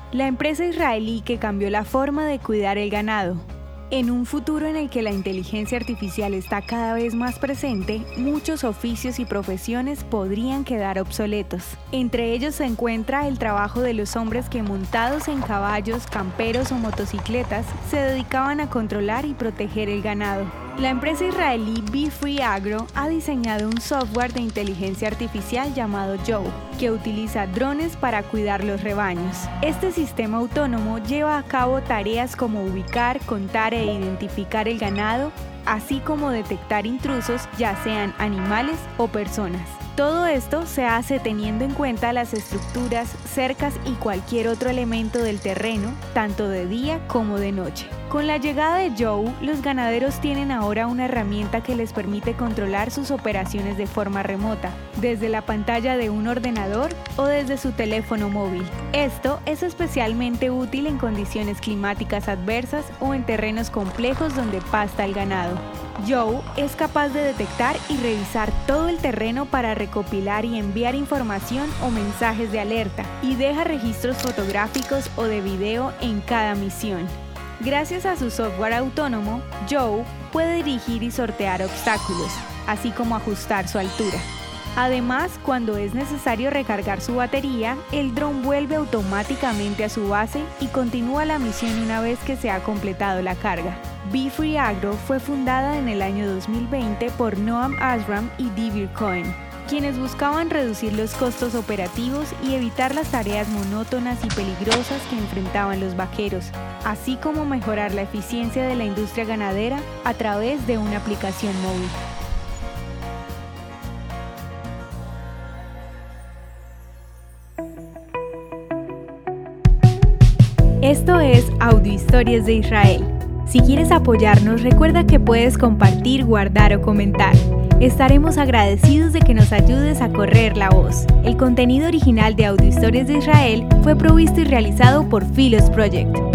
la empresa israelí que cambió la forma de cuidar el ganado. En un futuro en el que la inteligencia artificial está cada vez más presente, muchos oficios y profesiones podrían quedar obsoletos. Entre ellos se encuentra el trabajo de los hombres que, montados en caballos, camperos o motocicletas, se dedicaban a controlar y proteger el ganado. La empresa israelí Beefree Agro ha diseñado un software de inteligencia artificial llamado Joe, que utiliza drones para cuidar los rebaños. Este sistema autónomo lleva a cabo tareas como ubicar, contar e identificar el ganado, así como detectar intrusos, ya sean animales o personas. Todo esto se hace teniendo en cuenta las estructuras, cercas y cualquier otro elemento del terreno, tanto de día como de noche. Con la llegada de Joe, los ganaderos tienen ahora una herramienta que les permite controlar sus operaciones de forma remota, desde la pantalla de un ordenador o desde su teléfono móvil. Esto es especialmente útil en condiciones climáticas adversas o en terrenos complejos donde pasta el ganado. Joe es capaz de detectar y revisar todo el terreno para recopilar y enviar información o mensajes de alerta, y deja registros fotográficos o de video en cada misión. Gracias a su software autónomo, Joe puede dirigir y sortear obstáculos, así como ajustar su altura. Además, cuando es necesario recargar su batería, el dron vuelve automáticamente a su base y continúa la misión una vez que se ha completado la carga. Beefree Agro fue fundada en el año 2020 por Noam Ashram y Divir Cohen, quienes buscaban reducir los costos operativos y evitar las tareas monótonas y peligrosas que enfrentaban los vaqueros, así como mejorar la eficiencia de la industria ganadera a través de una aplicación móvil. Esto es Audio Historias de Israel. Si quieres apoyarnos, recuerda que puedes compartir, guardar o comentar. Estaremos agradecidos de que nos ayudes a correr la voz. El contenido original de Audio Historias de Israel fue provisto y realizado por Philos Project.